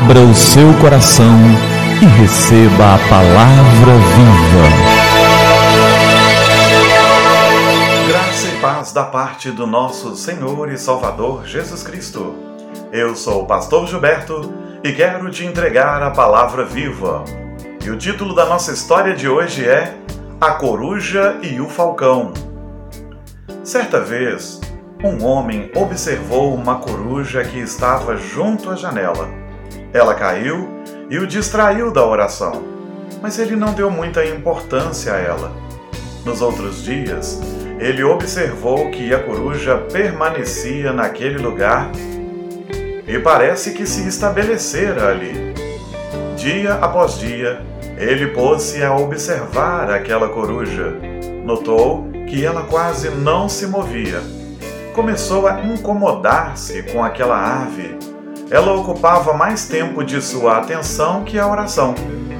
Abra o seu coração e receba a palavra viva. Graça e paz da parte do nosso Senhor e Salvador Jesus Cristo. Eu sou o pastor Gilberto e quero te entregar a palavra viva. E o título da nossa história de hoje é A Coruja e o Falcão. Certa vez, um homem observou uma coruja que estava junto à janela. Ela caiu e o distraiu da oração, mas ele não deu muita importância a ela. Nos outros dias, ele observou que a coruja permanecia naquele lugar e parece que se estabelecera ali. Dia após dia, ele pôs-se a observar aquela coruja. Notou que ela quase não se movia. Começou a incomodar-se com aquela ave. Ela ocupava mais tempo de sua atenção que a oração.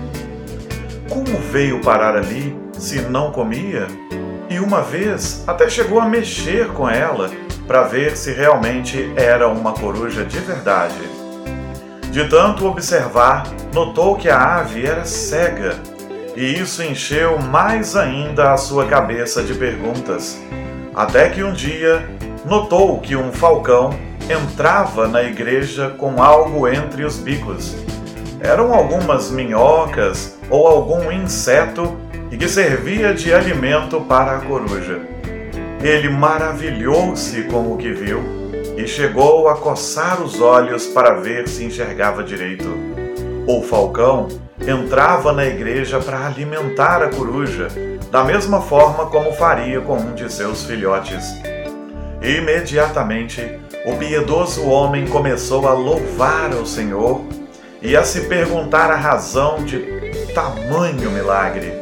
Como veio parar ali se não comia? E uma vez até chegou a mexer com ela para ver se realmente era uma coruja de verdade. De tanto observar, notou que a ave era cega, e isso encheu mais ainda a sua cabeça de perguntas. Até que um dia notou que um falcão entrava na igreja com algo entre os bicos. Eram algumas minhocas ou algum inseto e que servia de alimento para a coruja. Ele maravilhou-se com o que viu e chegou a coçar os olhos para ver se enxergava direito. O falcão entrava na igreja para alimentar a coruja, da mesma forma como faria com um de seus filhotes. Imediatamente, o piedoso homem começou a louvar ao Senhor e a se perguntar a razão de tamanho milagre.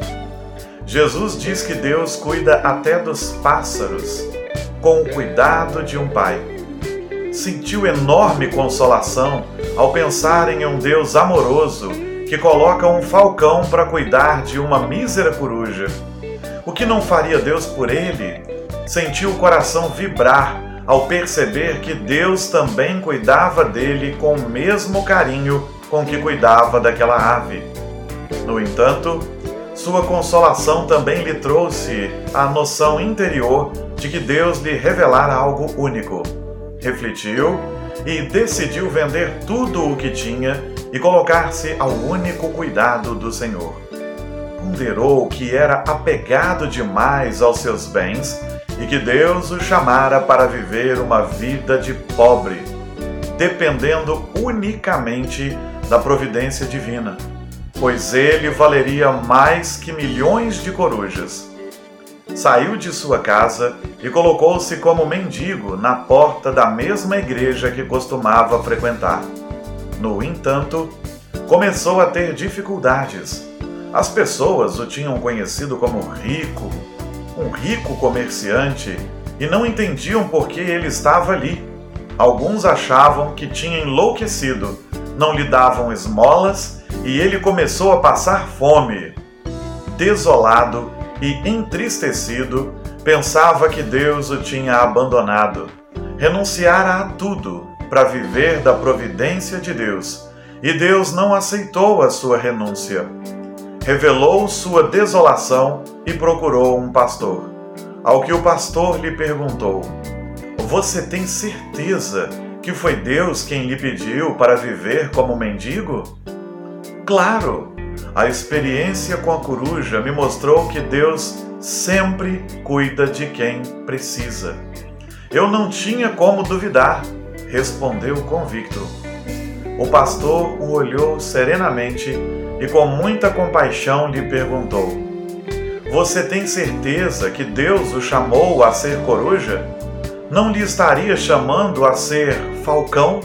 Jesus diz que Deus cuida até dos pássaros, com o cuidado de um pai. Sentiu enorme consolação ao pensar em um Deus amoroso que coloca um falcão para cuidar de uma mísera coruja. O que não faria Deus por ele? Sentiu o coração vibrar ao perceber que Deus também cuidava dele com o mesmo carinho com que cuidava daquela ave. No entanto, sua consolação também lhe trouxe a noção interior de que Deus lhe revelara algo único. Refletiu e decidiu vender tudo o que tinha e colocar-se ao único cuidado do Senhor. Ponderou que era apegado demais aos seus bens e que Deus o chamara para viver uma vida de pobre, dependendo unicamente da providência divina, pois ele valeria mais que milhões de corujas. Saiu de sua casa e colocou-se como mendigo na porta da mesma igreja que costumava frequentar. No entanto, começou a ter dificuldades. As pessoas o tinham conhecido como rico, um rico comerciante, e não entendiam por que ele estava ali. Alguns achavam que tinha enlouquecido, não lhe davam esmolas e ele começou a passar fome. Desolado e entristecido, pensava que Deus o tinha abandonado. Renunciara a tudo para viver da providência de Deus, e Deus não aceitou a sua renúncia. Revelou sua desolação e procurou um pastor. Ao que o pastor lhe perguntou: "Você tem certeza que foi Deus quem lhe pediu para viver como mendigo?" "Claro! A experiência com a coruja me mostrou que Deus sempre cuida de quem precisa. Eu não tinha como duvidar", respondeu convicto. O pastor o olhou serenamente e com muita compaixão lhe perguntou: "Você tem certeza que Deus o chamou a ser coruja? Não lhe estaria chamando a ser falcão?"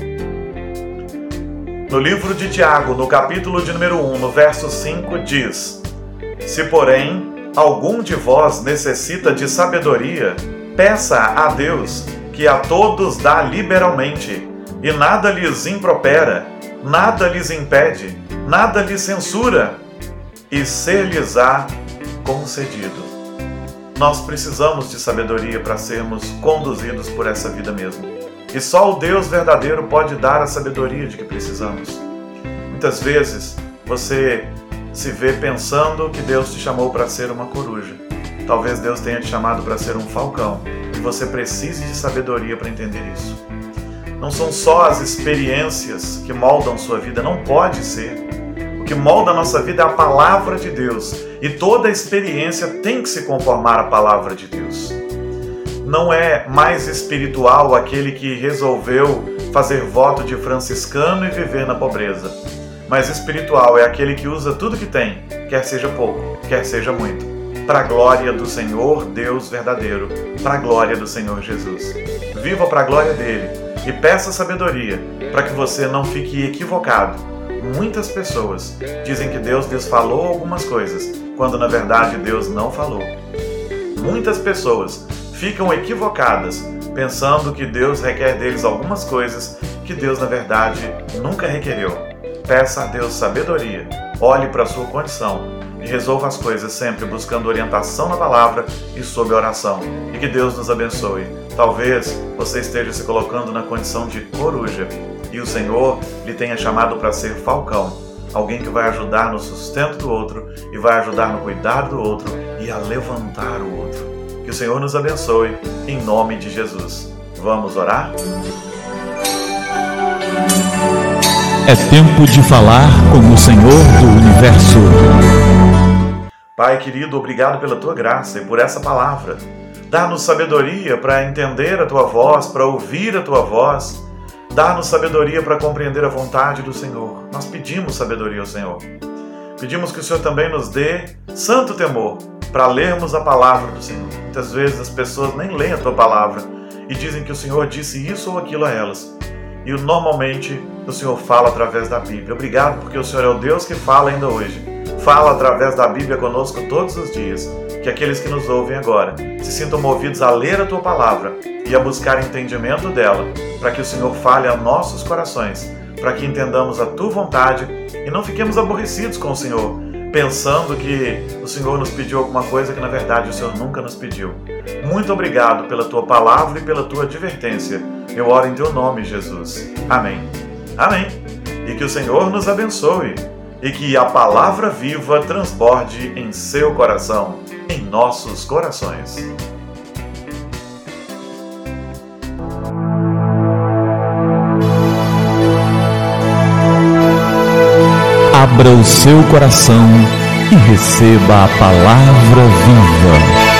No livro de Tiago, no capítulo de número 1, no verso 5, diz: "Se, porém, algum de vós necessita de sabedoria, peça a Deus, que a todos dá liberalmente, e nada lhes impropera, nada lhes impede, nada lhes censura, e ser-lhes-á concedido." Nós precisamos de sabedoria para sermos conduzidos por essa vida mesmo. E só o Deus verdadeiro pode dar a sabedoria de que precisamos. Muitas vezes você se vê pensando que Deus te chamou para ser uma coruja. Talvez Deus tenha te chamado para ser um falcão e você precise de sabedoria para entender isso. Não são só as experiências que moldam sua vida, não pode ser. O que molda a nossa vida é a palavra de Deus e toda experiência tem que se conformar à palavra de Deus. Não é mais espiritual aquele que resolveu fazer voto de franciscano e viver na pobreza. Mas espiritual é aquele que usa tudo que tem, quer seja pouco, quer seja muito, para a glória do Senhor Deus verdadeiro, para a glória do Senhor Jesus. Viva para a glória dele e peça sabedoria para que você não fique equivocado. Muitas pessoas dizem que Deus lhes falou algumas coisas, quando na verdade Deus não falou. Muitas pessoas ficam equivocadas, pensando que Deus requer deles algumas coisas que Deus na verdade nunca requereu. Peça a Deus sabedoria, olhe para a sua condição e resolva as coisas sempre buscando orientação na palavra e sob oração. E que Deus nos abençoe. Talvez você esteja se colocando na condição de coruja e o Senhor lhe tenha chamado para ser falcão, alguém que vai ajudar no sustento do outro e vai ajudar no cuidado do outro e a levantar o outro. Que o Senhor nos abençoe, em nome de Jesus. Vamos orar? É tempo de falar com o Senhor do Universo. Pai querido, obrigado pela Tua graça e por essa palavra. Dá-nos sabedoria para entender a Tua voz, para ouvir a Tua voz. Dá-nos sabedoria para compreender a vontade do Senhor. Nós pedimos sabedoria ao Senhor. Pedimos que o Senhor também nos dê santo temor para lermos a palavra do Senhor. Muitas vezes as pessoas nem leem a Tua palavra e dizem que o Senhor disse isso ou aquilo a elas. E normalmente o Senhor fala através da Bíblia. Obrigado porque o Senhor é o Deus que fala ainda hoje. Fala através da Bíblia conosco todos os dias. Que aqueles que nos ouvem agora se sintam movidos a ler a Tua palavra e a buscar entendimento dela, para que o Senhor fale a nossos corações, para que entendamos a Tua vontade e não fiquemos aborrecidos com o Senhor, pensando que o Senhor nos pediu alguma coisa que na verdade o Senhor nunca nos pediu. Muito obrigado pela Tua palavra e pela Tua advertência. Eu oro em Teu nome, Jesus. Amém. Amém. E que o Senhor nos abençoe e que a palavra viva transborde em seu coração, em nossos corações. Abra o seu coração e receba a palavra viva.